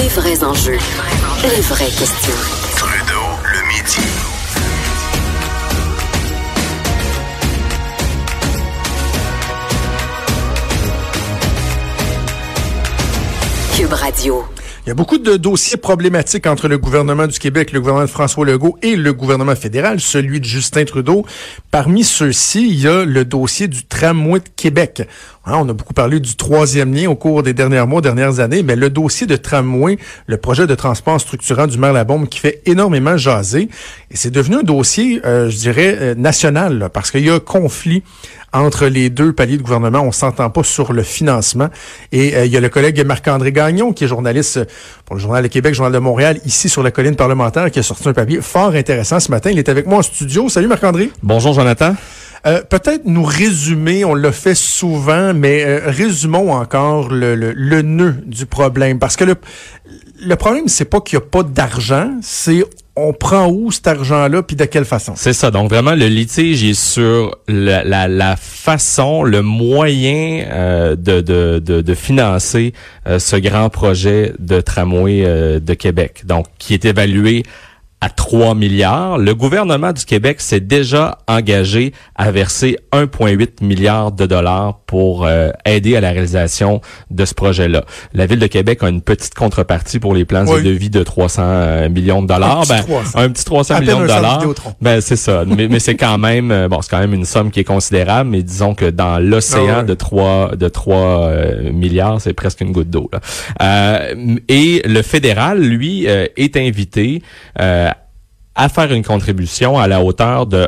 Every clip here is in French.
Les vrais enjeux, les vraies questions. Trudeau, le midi. Cube Radio. Il y a beaucoup de dossiers problématiques entre le gouvernement du Québec, le gouvernement de François Legault et le gouvernement fédéral, celui de Justin Trudeau. Parmi ceux-ci, il y a le dossier du tramway de Québec. On a beaucoup parlé du troisième lien au cours des derniers mois, dernières années, mais le dossier de tramway, le projet de transport structurant du maire Labombe qui fait énormément jaser. Et c'est devenu un dossier, je dirais, national, là, parce qu'il y a un conflit entre les deux paliers de gouvernement. On s'entend pas sur le financement. Et il y a le collègue Marc-André Gagnon, qui est journaliste pour le Journal de Québec, Journal de Montréal, ici sur la colline parlementaire, qui a sorti un papier fort intéressant ce matin. Il est avec moi en studio. Salut Marc-André. Bonjour Jonathan. Peut-être nous résumer, on l'a fait souvent, mais résumons encore le nœud du problème. Parce que le problème, c'est pas qu'il n'y a pas d'argent, c'est on prend où cet argent-là, puis de quelle façon? C'est ça. Donc vraiment, le litige est sur la façon, le moyen de financer ce grand projet de tramway de Québec. Donc, qui est évalué à 3 milliards. Le gouvernement du Québec s'est déjà engagé à verser 1,8 milliard de dollars pour aider à la réalisation de ce projet-là. La Ville de Québec a une petite contrepartie pour les plans et devis de 300 millions de dollars. Un petit 300 millions de dollars. C'est ça. mais c'est quand même, c'est quand même une somme qui est considérable, mais disons que dans l'océan de 3 milliards, c'est presque une goutte d'eau, là. Et le fédéral, lui, est invité, à faire une contribution à la hauteur de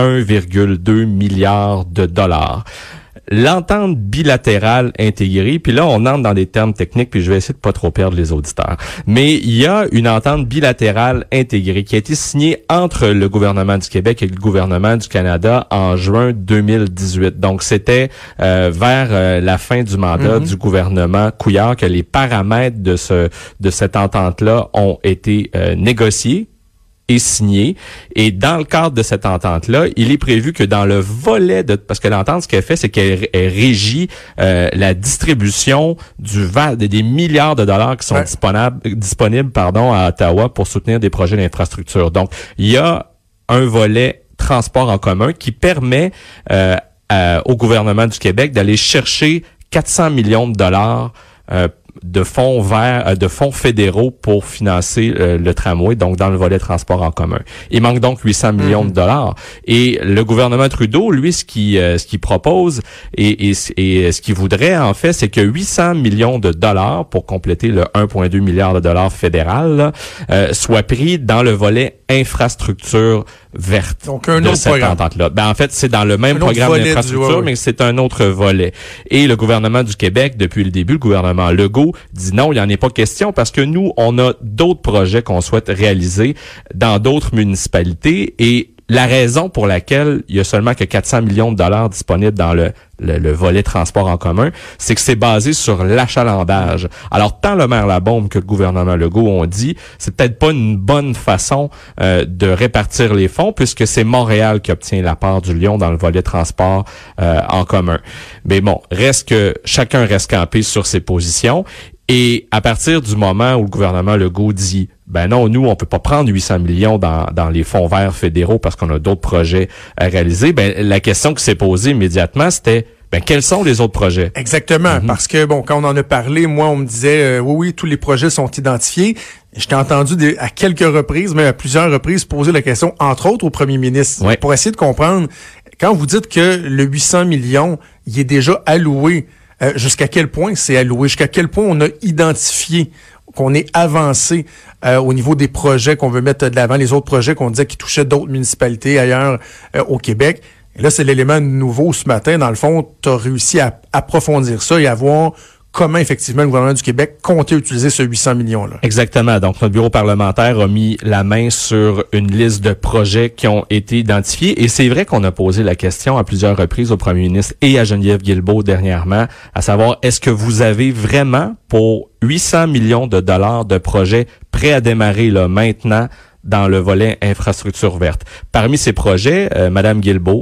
1,2 milliard de dollars. L'entente bilatérale intégrée, puis là, on entre dans des termes techniques, puis je vais essayer de pas trop perdre les auditeurs. Mais il y a une entente bilatérale intégrée qui a été signée entre le gouvernement du Québec et le gouvernement du Canada en juin 2018. Donc, c'était vers la fin du mandat du gouvernement Couillard que les paramètres de cette entente-là ont été négociés et signé. Et dans le cadre de cette entente-là, il est prévu que dans le volet parce que l'entente, ce qu'elle fait, c'est qu'elle régit la distribution des milliards de dollars qui sont disponibles à Ottawa pour soutenir des projets d'infrastructure. Donc, il y a un volet transport en commun qui permet au gouvernement du Québec d'aller chercher 400 millions de dollars de fonds fédéraux pour financer le tramway, donc dans le volet transport en commun. Il manque donc 800 millions de dollars. Et le gouvernement Trudeau, lui, ce qu'il propose et ce qu'il voudrait, en fait, c'est que 800 millions de dollars pour compléter le 1,2 milliard de dollars fédéral, soit pris dans le volet infrastructure verte. Donc un de autre cette programme. entente-là. En fait, c'est dans le même programme d'infrastructure, mais c'est un autre volet. Et le gouvernement du Québec, depuis le début, le gouvernement Legault, dit non, il n'y en est pas question parce que nous, on a d'autres projets qu'on souhaite réaliser dans d'autres municipalités et la raison pour laquelle il y a seulement que 400 millions de dollars disponibles dans le volet transport en commun, c'est que c'est basé sur l'achalandage. Alors, tant le maire Labombe que le gouvernement Legault ont dit, c'est peut-être pas une bonne façon de répartir les fonds puisque c'est Montréal qui obtient la part du lion dans le volet transport en commun. Mais bon, reste que chacun reste campé sur ses positions. Et à partir du moment où le gouvernement Legault dit non, nous, on peut pas prendre 800 millions dans les fonds verts fédéraux parce qu'on a d'autres projets à réaliser, la question qui s'est posée immédiatement, c'était quels sont les autres projets? Exactement, parce que quand on en a parlé, moi, on me disait oui, tous les projets sont identifiés. Je t'ai entendu à quelques reprises, mais à plusieurs reprises, poser la question, entre autres, au premier ministre, pour essayer de comprendre, quand vous dites que le 800 millions, il est déjà alloué, jusqu'à quel point c'est alloué, jusqu'à quel point on a identifié, qu'on est avancé au niveau des projets qu'on veut mettre de l'avant, les autres projets qu'on disait qui touchaient d'autres municipalités ailleurs au Québec. Et là, c'est l'élément nouveau ce matin. Dans le fond, tu as réussi à approfondir ça et à voir comment effectivement le gouvernement du Québec comptait utiliser ce 800 millions-là. Exactement. Donc, notre bureau parlementaire a mis la main sur une liste de projets qui ont été identifiés. Et c'est vrai qu'on a posé la question à plusieurs reprises au premier ministre et à Geneviève Guilbeault dernièrement, à savoir, est-ce que vous avez vraiment pour 800 millions de dollars de projets prêts à démarrer là maintenant dans le volet infrastructure verte? Parmi ces projets, Madame Guilbeault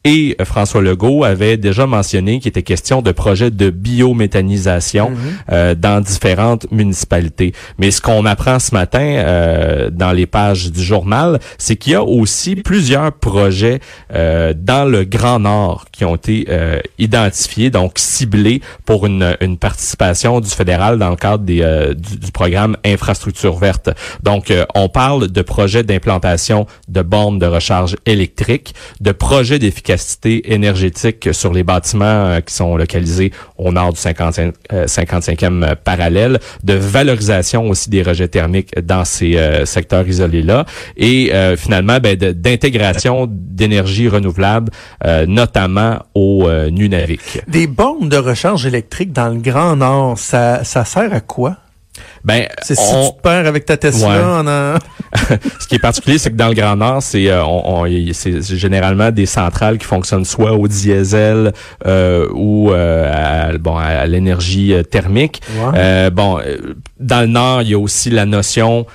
Et François Legault avait déjà mentionné qu'il était question de projets de biométhanisation dans différentes municipalités. Mais ce qu'on apprend ce matin dans les pages du journal, c'est qu'il y a aussi plusieurs projets dans le Grand Nord qui ont été identifiés, donc ciblés pour une participation du fédéral dans le cadre du programme Infrastructure verte. Donc, on parle de projets d'implantation de bornes de recharge électrique, de projets d'efficacité énergétique sur les bâtiments qui sont localisés au nord du 55e parallèle, de valorisation aussi des rejets thermiques dans ces secteurs isolés-là, et finalement d'intégration d'énergie renouvelable, notamment au Nunavik. Des bornes de recharge électrique dans le Grand Nord, ça sert à quoi? C'est si tu te perds avec ta Tesla. Ce qui est particulier, c'est que dans le Grand Nord, c'est généralement des centrales qui fonctionnent soit au diesel ou à l'énergie thermique. Ouais. Dans le Nord, il y a aussi la notion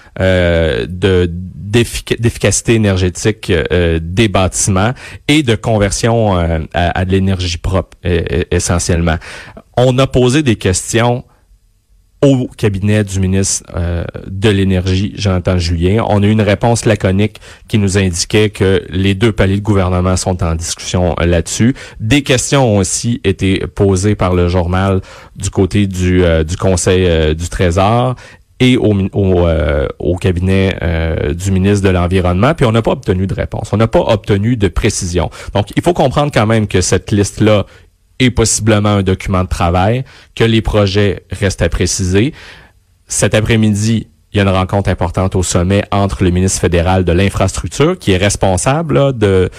d'efficacité énergétique des bâtiments et de conversion à de l'énergie propre essentiellement. On a posé des questions au cabinet du ministre de l'Énergie, Jonathan Julien. On a eu une réponse laconique qui nous indiquait que les deux paliers de gouvernement sont en discussion là-dessus. Des questions ont aussi été posées par le journal du côté du Conseil du Trésor et au cabinet du ministre de l'Environnement, puis on n'a pas obtenu de réponse. On n'a pas obtenu de précision. Donc, il faut comprendre quand même que cette liste-là et possiblement un document de travail, que les projets restent à préciser. Cet après-midi, il y a une rencontre importante au sommet entre le ministre fédéral de l'Infrastructure, qui est responsable là,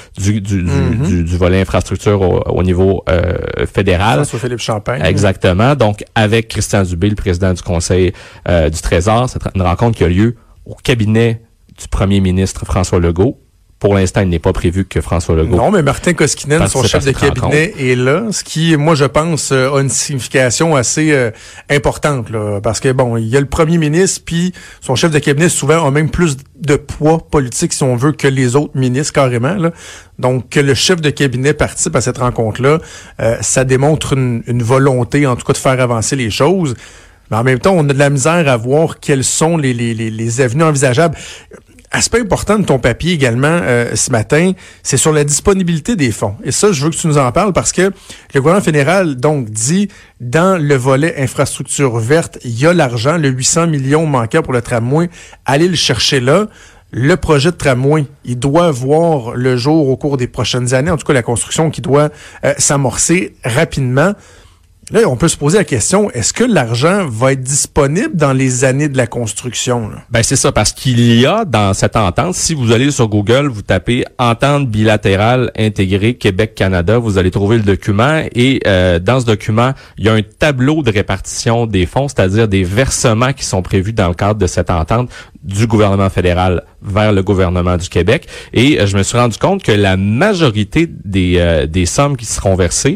du volet infrastructure au niveau fédéral. François-Philippe Champagne. Exactement. Donc, avec Christian Dubé, le président du Conseil du Trésor, c'est une rencontre qui a lieu au cabinet du premier ministre François Legault. Pour l'instant, il n'est pas prévu que François Legault... Non, mais Martin Koskinen, son chef de cabinet, est là, ce qui, moi, je pense, a une signification assez importante, là, parce que, il y a le premier ministre, puis son chef de cabinet, souvent, a même plus de poids politique, si on veut, que les autres ministres, carrément, là. Donc, que le chef de cabinet participe à cette rencontre-là, ça démontre une volonté, en tout cas, de faire avancer les choses. Mais en même temps, on a de la misère à voir quelles sont les avenues envisageables. Aspect important de ton papier également ce matin, c'est sur la disponibilité des fonds. Et ça, je veux que tu nous en parles parce que le gouvernement fédéral donc dit dans le volet infrastructure verte, il y a l'argent, le 800 millions manquant pour le tramway, allez le chercher là. Le projet de tramway, il doit voir le jour au cours des prochaines années, en tout cas la construction qui doit s'amorcer rapidement. Là, on peut se poser la question, est-ce que l'argent va être disponible dans les années de la construction? Là? C'est ça, parce qu'il y a dans cette entente, si vous allez sur Google, vous tapez « Entente bilatérale intégrée Québec-Canada », vous allez trouver le document et dans ce document, il y a un tableau de répartition des fonds, c'est-à-dire des versements qui sont prévus dans le cadre de cette entente du gouvernement fédéral vers le gouvernement du Québec. Et je me suis rendu compte que la majorité des sommes qui seront versées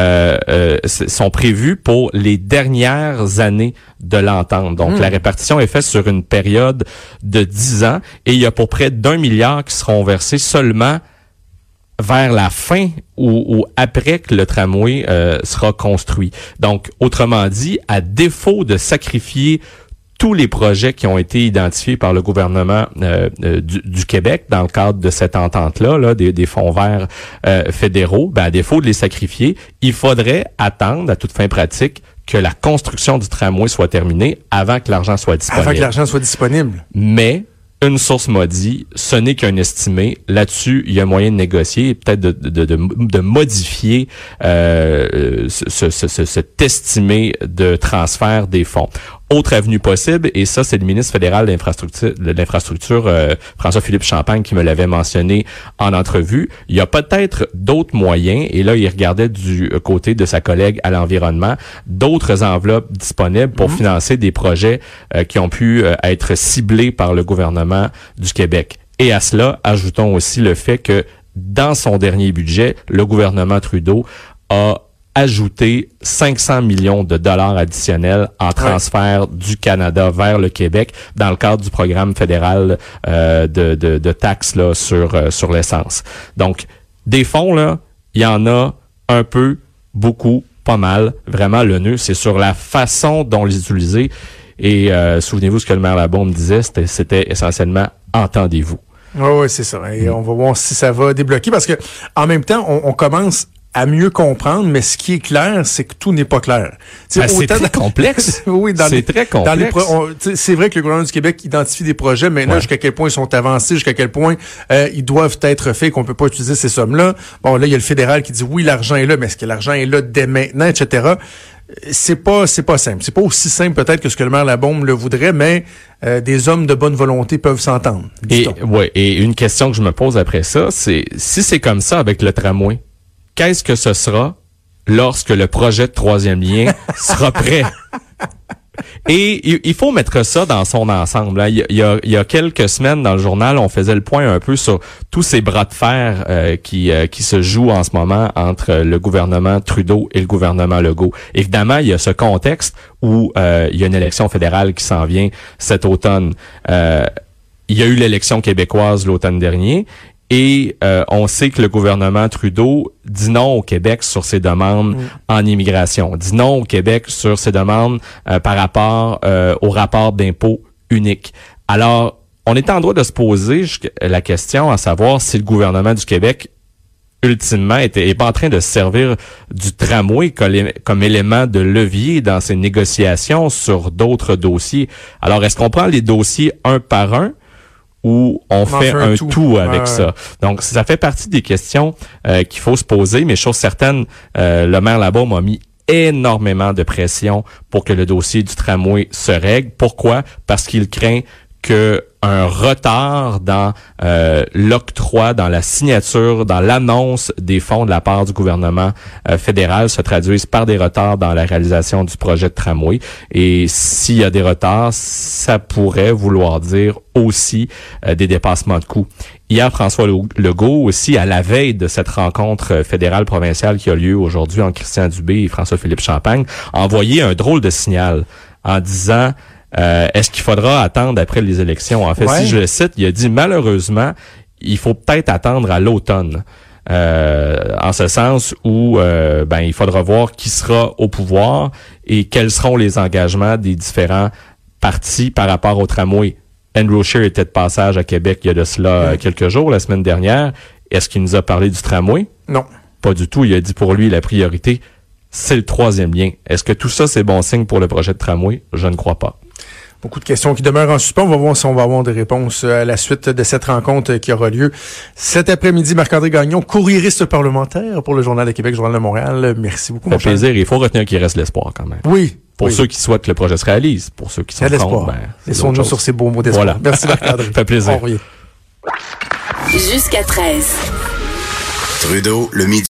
sont prévues pour les dernières années de l'entente. Donc, la répartition est faite sur une période de 10 ans et il y a pour près d'1 milliard qui seront versés seulement vers la fin ou après que le tramway sera construit. Donc, autrement dit, à défaut de sacrifier tous les projets qui ont été identifiés par le gouvernement du Québec dans le cadre de cette entente-là, des fonds verts fédéraux, à défaut de les sacrifier, il faudrait attendre, à toute fin pratique, que la construction du tramway soit terminée avant que l'argent soit disponible. Avant que l'argent soit disponible. Mais une source m'a dit, ce n'est qu'un estimé. Là-dessus, il y a moyen de négocier et peut-être de modifier cet estimé de transfert des fonds. Autre avenue possible, et ça, c'est le ministre fédéral de l'infrastructure, François-Philippe Champagne, qui me l'avait mentionné en entrevue. Il y a peut-être d'autres moyens, et là, il regardait du côté de sa collègue à l'environnement, d'autres enveloppes disponibles pour financer des projets qui ont pu être ciblés par le gouvernement du Québec. Et à cela, ajoutons aussi le fait que dans son dernier budget, le gouvernement Trudeau a ajouter 500 millions de dollars additionnels en transfert du Canada vers le Québec dans le cadre du programme fédéral de taxes là sur l'essence. Donc, des fonds, là, il y en a un peu, beaucoup, pas mal. Vraiment, le nœud, c'est sur la façon dont les utiliser. Et souvenez-vous ce que le maire Labaume disait, c'était essentiellement « entendez-vous ». Oui, c'est ça. Et on va voir si ça va débloquer parce que en même temps, on commence à mieux comprendre, mais ce qui est clair, c'est que tout n'est pas clair. C'est très complexe. Oui, c'est très complexe. C'est vrai que le gouvernement du Québec identifie des projets, maintenant jusqu'à quel point ils sont avancés, jusqu'à quel point ils doivent être faits, qu'on peut pas utiliser ces sommes-là. Bon, là, il y a le fédéral qui dit oui, l'argent est là, mais est-ce que l'argent est là dès maintenant, etc. C'est pas simple. C'est pas aussi simple peut-être que ce que le maire Labaume le voudrait, mais des hommes de bonne volonté peuvent s'entendre. Et une question que je me pose après ça, c'est si c'est comme ça avec le tramway, qu'est-ce que ce sera lorsque le projet de troisième lien sera prêt? Et il faut mettre ça dans son ensemble. Hein. Il y a quelques semaines, dans le journal, on faisait le point un peu sur tous ces bras de fer qui se jouent en ce moment entre le gouvernement Trudeau et le gouvernement Legault. Évidemment, il y a ce contexte où il y a une élection fédérale qui s'en vient cet automne. Il y a eu l'élection québécoise l'automne dernier. Et on sait que le gouvernement Trudeau dit non au Québec sur ses demandes en immigration, dit non au Québec sur ses demandes par rapport au rapport d'impôt unique. Alors, on est en droit de se poser la question à savoir si le gouvernement du Québec, ultimement, est pas en train de se servir du tramway comme élément de levier dans ses négociations sur d'autres dossiers. Alors, est-ce qu'on prend les dossiers un par un? Où on fait un tout avec ça. Donc, ça fait partie des questions qu'il faut se poser, mais chose certaine, le maire Labaume a mis énormément de pression pour que le dossier du tramway se règle. Pourquoi? Parce qu'il craint que un retard dans l'octroi, dans la signature, dans l'annonce des fonds de la part du gouvernement fédéral se traduise par des retards dans la réalisation du projet de tramway. Et s'il y a des retards, ça pourrait vouloir dire aussi des dépassements de coûts. Hier, François Legault, aussi à la veille de cette rencontre fédérale-provinciale qui a lieu aujourd'hui entre Christian Dubé et François-Philippe Champagne, a envoyé un drôle de signal en disant est-ce qu'il faudra attendre après les élections? En fait, si je le cite, il a dit malheureusement, il faut peut-être attendre à l'automne. En ce sens où il faudra voir qui sera au pouvoir et quels seront les engagements des différents partis par rapport au tramway. Andrew Scheer était de passage à Québec il y a de cela quelques jours, la semaine dernière. Est-ce qu'il nous a parlé du tramway? Non. Pas du tout. Il a dit pour lui la priorité, c'est le troisième lien. Est-ce que tout ça, c'est bon signe pour le projet de tramway? Je ne crois pas. Beaucoup de questions qui demeurent en suspens. On va voir si on va avoir des réponses à la suite de cette rencontre qui aura lieu cet après-midi. Marc-André Gagnon, courriériste parlementaire pour le Journal de Québec, Journal de Montréal. Merci beaucoup. Ça fait plaisir. Il faut retenir qu'il reste l'espoir quand même. Oui. Pour ceux qui souhaitent que le projet se réalise. Pour ceux qui sont contre, laissons-nous sur ces beaux mots d'espoir. Voilà. Merci Marc-André. Ça fait plaisir. Jusqu'à 13. Trudeau, le midi.